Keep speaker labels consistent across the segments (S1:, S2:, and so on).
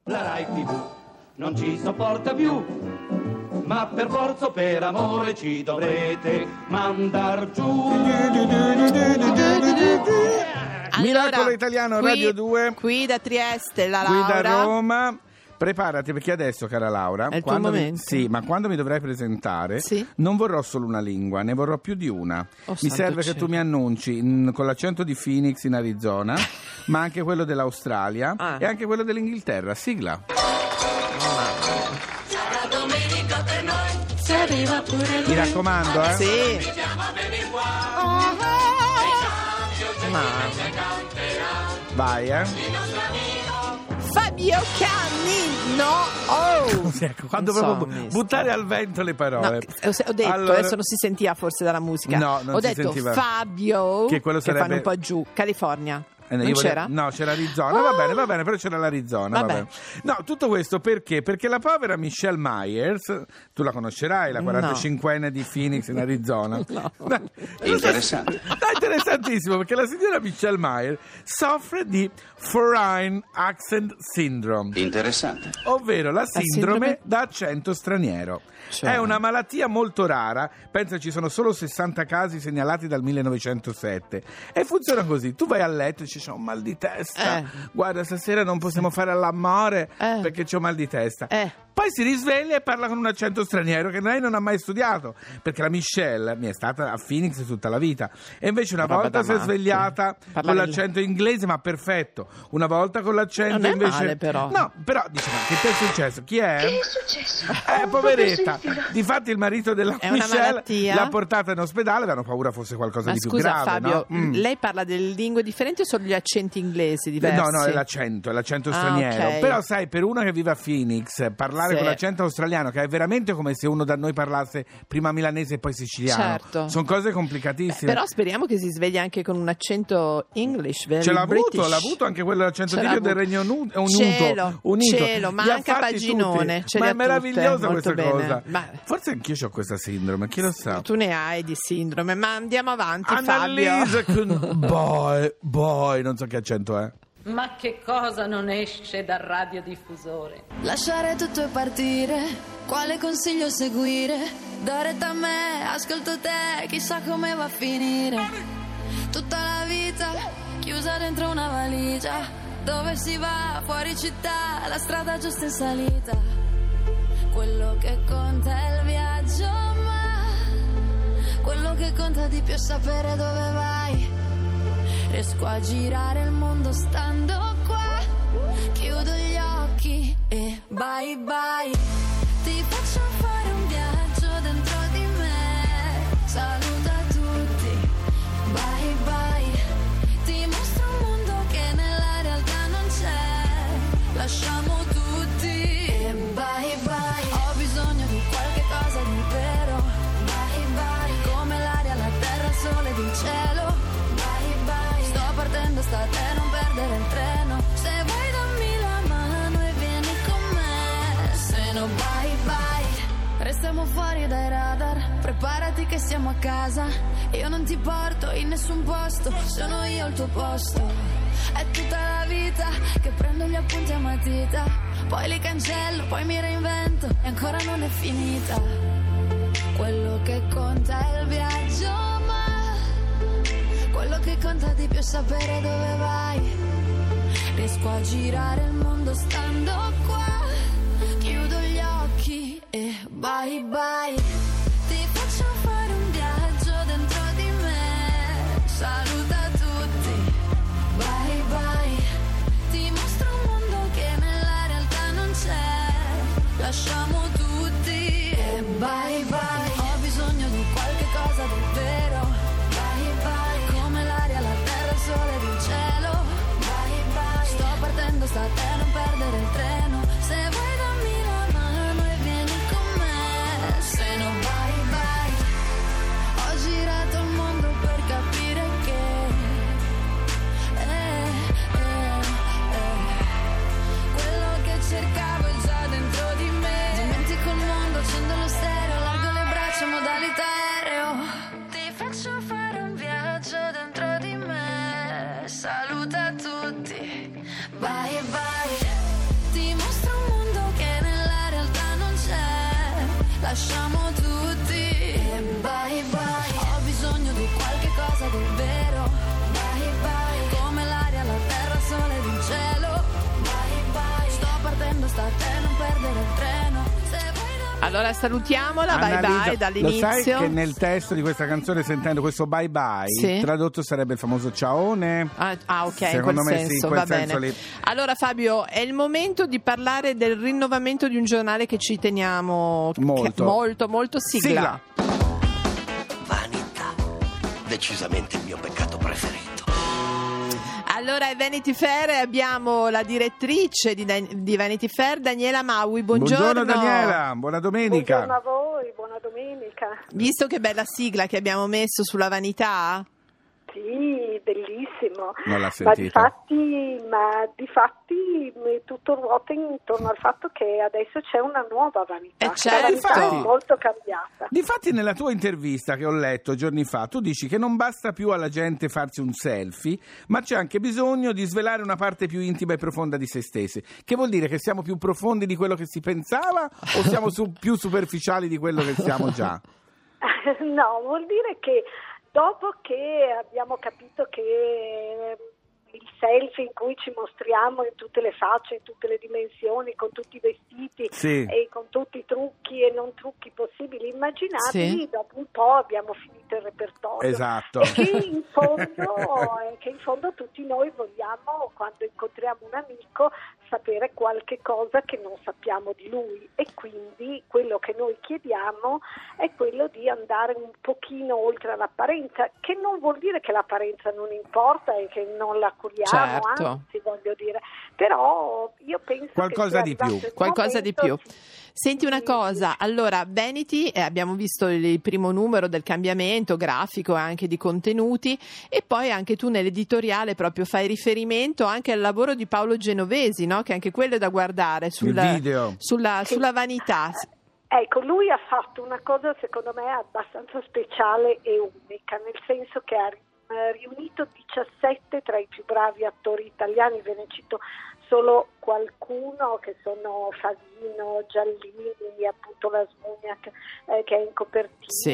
S1: La Rai TV non ci sopporta più, ma per forza o per amore ci dovrete mandar giù.
S2: Miracolo Italiano,
S3: qui,
S2: Radio 2.
S3: Qui da Trieste, la Laura.
S2: Qui da Roma. Preparati, perché adesso, cara Laura,
S3: è il tuo momento.
S2: Sì, ma quando mi dovrai presentare,
S3: sì,
S2: non vorrò solo una lingua, ne vorrò più di una. Mi serve che tu mi annunci con l'accento di Phoenix in Arizona, ma anche quello dell'Australia e anche quello dell'Inghilterra. Sigla. Mi raccomando,
S3: Sì.
S2: Vai,
S3: Fabio Canino.
S2: Ecco, quando proprio buttare al vento le parole.
S3: No, ho detto, allora, adesso non si sentiva forse dalla musica.
S2: No, non
S3: ho
S2: si
S3: detto
S2: sentiva.
S3: Fabio,
S2: che quello sarebbe...
S3: fanno un po' giù, California. Non c'era?
S2: No, c'era Arizona, va bene, però c'era l'Arizona.
S3: Vabbè.
S2: No, tutto questo perché? Perché la povera Michelle Myers, tu la conoscerai, la 45enne di Phoenix in Arizona.
S3: No.
S1: Interessante.
S2: Interessantissimo, perché la signora Michelle Myers soffre di Foreign Accent Syndrome.
S1: Interessante.
S2: Ovvero la sindrome da accento straniero. Cioè. È una malattia molto rara, pensa ci sono solo 60 casi segnalati dal 1907 e funziona così, tu vai a letto e dici c'ho un mal di testa, guarda stasera non possiamo fare l'amore perché c'ho mal di testa. Poi si risveglia e parla con un accento straniero che lei non ha mai studiato, perché la Michelle mi è stata a Phoenix tutta la vita e invece una volta si è svegliata con l'accento inglese, ma perfetto, una volta con l'accento
S3: non è
S2: invece
S3: male, però.
S2: No, però dice, ma che ti è successo? Chi è?
S4: Che è successo?
S2: Poveretta. Difatti il marito della Michelle l'ha portata in ospedale, avevano paura fosse qualcosa di più grave.
S3: Fabio,
S2: no?
S3: lei parla delle lingue differenti o solo gli accenti inglesi diversi?
S2: No, è l'accento straniero.
S3: Okay.
S2: Però sai, per uno che vive a Phoenix, parlare con l'accento australiano, che è veramente come se uno da noi parlasse prima milanese e poi siciliano.
S3: Certo.
S2: Sono cose complicatissime.
S3: Però speriamo che si svegli anche con un accento English, vero?
S2: Ce l'ha avuto anche quello l'accento del Regno Unito.
S3: Cielo, manca Paginone.
S2: Ma è meravigliosa questa
S3: bene.
S2: cosa.
S3: Ma
S2: forse anch'io ho questa sindrome, chi lo sa?
S3: Tu ne hai di sindrome, ma andiamo avanti,
S2: Annalisa
S3: Fabio.
S2: Boy, non so che accento è.
S5: Ma che cosa non esce dal radiodiffusore?
S6: Lasciare tutto e partire, quale consiglio seguire? Do retta a me, ascolto te, chissà come va a finire. Tutta la vita chiusa dentro una valigia, dove si va, fuori città, la strada giusta in salita. Quello che conta è il viaggio, ma quello che conta di più è sapere dove vai. Riesco a girare il mondo stando qua, chiudo gli occhi e bye bye. Ti faccio fare un viaggio dentro di me, saluta tutti, bye bye. Ti mostro un mondo che nella realtà non c'è, lasciamo tutti e bye bye. Ho bisogno di qualche cosa di vero, bye bye. Come l'aria, la terra, il sole ed il cielo. Partendo, sta a te, non perdere il treno. Se vuoi dammi la mano e vieni con me. Se no bye bye. Restiamo fuori dai radar, preparati che siamo a casa. Io non ti porto in nessun posto, sono io al tuo posto. È tutta la vita che prendo gli appunti a matita, poi li cancello, poi mi reinvento e ancora non è finita. Quello che conta è il viaggio, quello che conta di più è sapere dove vai. Riesco a girare il mondo stando qua, chiudo gli occhi e bye bye. Ti faccio fare un viaggio dentro di me, saluta tutti, bye bye. Ti mostro un mondo che nella realtà non c'è, lasciamo tutti e bye bye. Ho bisogno di qualche cosa di vero, bye bye. Sole del cielo, bye bye. Sto partendo, sta a te, non perdere il treno. Se vuoi dammi la mano e vieni con me. sta a te non perdere il treno. Se vuoi da
S3: Allora salutiamola, bye
S2: Annalisa,
S3: bye dall'inizio.
S2: Lo sai che nel testo di questa canzone, sentendo questo bye bye,
S3: Sì.
S2: tradotto sarebbe il famoso ciaone?
S3: Ah, ok,
S2: Secondo
S3: in quel
S2: me
S3: senso,
S2: sì, in quel
S3: va
S2: senso
S3: bene.
S2: lì.
S3: Allora Fabio, è il momento di parlare del rinnovamento di un giornale che ci teniamo
S2: Molto.
S3: molto sigla.
S4: Vanità, decisamente il mio peccato preferito.
S3: Allora è Vanity Fair e abbiamo la direttrice di Vanity Fair, Daniela Maui. Buongiorno.
S2: Daniela, buona domenica.
S7: Buongiorno a voi, buona domenica.
S3: Visto che bella sigla che abbiamo messo sulla vanità?
S7: Sì, bellissimo.
S2: Non l'ha
S7: Ma
S2: sentita.
S7: di fatti tutto ruota intorno al fatto che adesso c'è una nuova vanità.
S3: Certo.
S7: La vanità
S2: Infatti.
S7: è molto cambiata.
S2: Difatti nella tua intervista che ho letto giorni fa tu dici che non basta più alla gente farsi un selfie, ma c'è anche bisogno di svelare una parte più intima e profonda di se stessi. Che vuol dire che siamo più profondi di quello che si pensava o siamo più superficiali di quello che siamo già?
S7: No, vuol dire che dopo che abbiamo capito che il selfie in cui ci mostriamo in tutte le facce, in tutte le dimensioni, con tutti i vestiti
S2: Sì.
S7: e con tutti i trucchi e non trucchi possibili e immaginabili,
S3: Sì.
S7: dopo un po' abbiamo finito il repertorio.
S2: Esatto.
S7: E che in fondo tutti noi vogliamo, quando incontriamo un amico, sapere qualche cosa che non sappiamo di lui, e quindi quello che noi chiediamo è quello di andare un pochino oltre l'apparenza, che non vuol dire che l'apparenza non importa e che non la curiamo,
S3: Certo.
S7: anzi voglio dire, però io penso
S2: Qualcosa
S7: che sia
S2: di più.
S7: arrivato il
S3: Qualcosa di
S7: momento
S3: più. Senti una cosa, allora Vanity, abbiamo visto il primo numero del cambiamento grafico e anche di contenuti, e poi anche tu nell'editoriale proprio fai riferimento anche al lavoro di Paolo Genovesi, no? Che anche quello è da guardare
S2: Il video.
S3: sulla vanità.
S7: Ecco, lui ha fatto una cosa secondo me abbastanza speciale e unica, nel senso che ha riunito 17 tra i più bravi attori italiani, ve ne cito solo qualcuno, che sono Favino, Giallini, appunto la Smugnac che è in copertina,
S3: Sì.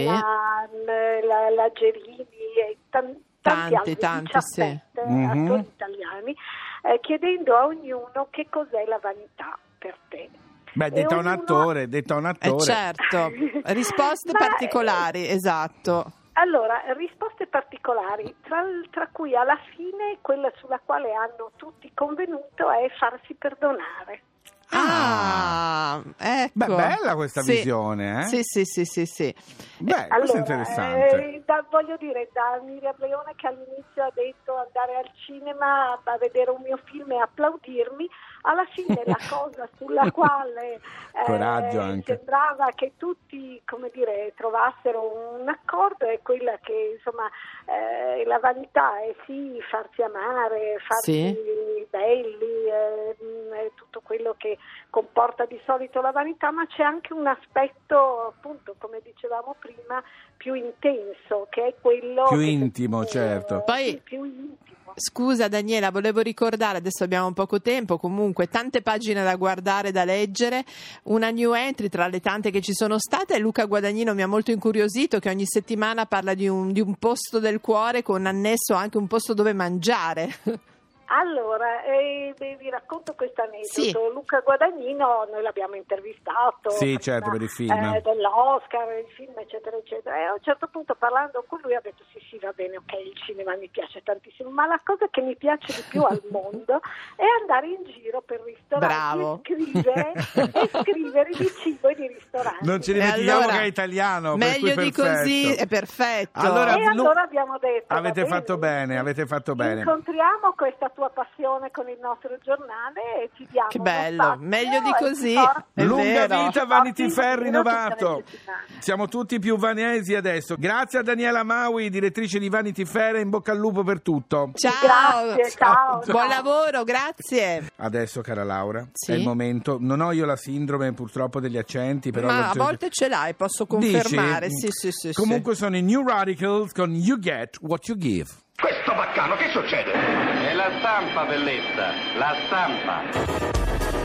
S7: la Gerini e tanti altri,
S3: Tanti,
S7: 17
S3: sì.
S7: attori italiani, chiedendo a ognuno che cos'è la vanità per te.
S2: Beh, detta a un
S7: ognuno-
S2: attore.
S3: Certo, risposte
S7: Ma,
S3: particolari, esatto.
S7: Allora, risposte particolari, tra cui alla fine quella sulla quale hanno tutti convenuto è farsi perdonare.
S3: Ecco.
S2: Beh, bella questa
S3: Sì.
S2: visione, eh?
S3: Sì.
S2: Beh, questo è interessante.
S7: Voglio dire, da Miriam Leone che all'inizio ha detto andare al cinema a vedere un mio film e applaudirmi, alla fine la cosa sulla quale
S2: Coraggio anche.
S7: sembrava che tutti, come dire, trovassero un accordo è quella che, insomma, la vanità è sì farsi amare, farsi belli, tutto quello che comporta di solito la vanità, ma c'è anche un aspetto, appunto, come dicevamo prima, più intenso, che è quello
S2: Più
S7: che-
S2: intimo, certo.
S3: Poi-
S7: sì, più intimo.
S3: Scusa Daniela, volevo ricordare, adesso abbiamo poco tempo, comunque tante pagine da guardare, da leggere, una new entry tra le tante che ci sono state, e Luca Guadagnino mi ha molto incuriosito che ogni settimana parla di un posto del cuore con annesso anche un posto dove mangiare.
S7: Allora, vi racconto questo aneddoto.
S3: Sì.
S7: Luca Guadagnino, noi l'abbiamo intervistato
S2: Sì,
S7: prima,
S2: certo, per il film.
S7: dell'Oscar, il film, eccetera, eccetera. E a un certo punto, parlando con lui, ha detto sì, va bene, ok, il cinema mi piace tantissimo, ma la cosa che mi piace di più al mondo è andare in giro per ristoranti
S3: Bravo.
S7: e scrivere di cibo e di ristoranti.
S2: Non ci
S3: E
S2: dimentichiamo
S3: allora,
S2: che è italiano, per
S3: meglio
S2: cui
S3: di
S2: perfetto.
S3: così è perfetto.
S2: Allora,
S7: E allora abbiamo detto
S2: avete
S7: va
S2: fatto bene, avete fatto bene.
S7: Incontriamo questa tua passione con il nostro giornale e ti diamo
S3: Che
S7: uno
S3: bello,
S7: spazio
S3: meglio di
S7: e
S3: così.
S7: ti porti-
S3: È
S2: Lunga
S3: vero.
S2: vita
S7: ti
S2: Vanity
S7: porti
S2: Fair
S7: in giro tutte
S2: rinnovato.
S7: le settimane.
S2: Siamo tutti più vanesi adesso. Grazie a Daniela Maui, direttrice di Vanity Fair, e in bocca al lupo per tutto.
S3: Ciao.
S7: Grazie, ciao.
S3: Buon lavoro, grazie.
S2: Adesso, cara Laura,
S3: Sì?
S2: è il momento. Non ho io la sindrome purtroppo degli accenti, però
S3: Ma a volte ce l'hai, posso confermare.
S2: Dici?
S3: Sì.
S2: Comunque sono i New Radicals con You Get What You Give.
S4: Questo baccano, che succede?
S1: È la stampa, bellezza, la stampa.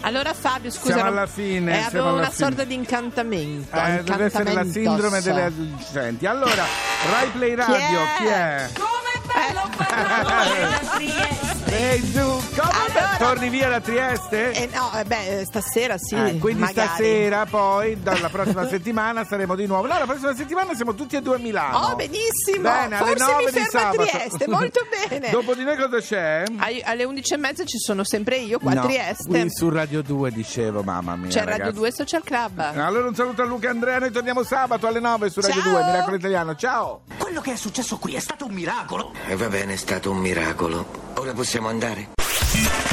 S3: Allora Fabio, scusa,
S2: Siamo alla fine.
S3: avevo una sorta di incantamento.
S2: Deve essere la sindrome delle adolescenti. Allora, Rai Play Radio, chi è? Ehi giù, come? Torni via da Trieste?
S3: No, stasera sì.
S2: Quindi
S3: magari.
S2: Stasera poi, dalla prossima settimana saremo di nuovo. No, la prossima settimana siamo tutti e due a Milano.
S3: Oh, benissimo.
S2: Bene, alle
S3: Forse
S2: 9
S3: mi
S2: di
S3: fermo a
S2: sabato.
S3: Trieste, molto bene.
S2: Dopo di noi cosa c'è?
S3: Alle 11:30 ci sono sempre io qua a Trieste.
S2: Qui su Radio 2 dicevo, mamma mia.
S3: C'è
S2: ragazzi.
S3: Radio 2 Social Club.
S2: Allora un saluto a Luca e Andrea, noi torniamo sabato alle 9 su Radio
S3: Ciao.
S2: 2, Miracolo Italiano. Ciao.
S4: Quello che è successo qui è stato un miracolo.
S8: E va bene, è stato un miracolo. Ora possiamo andare?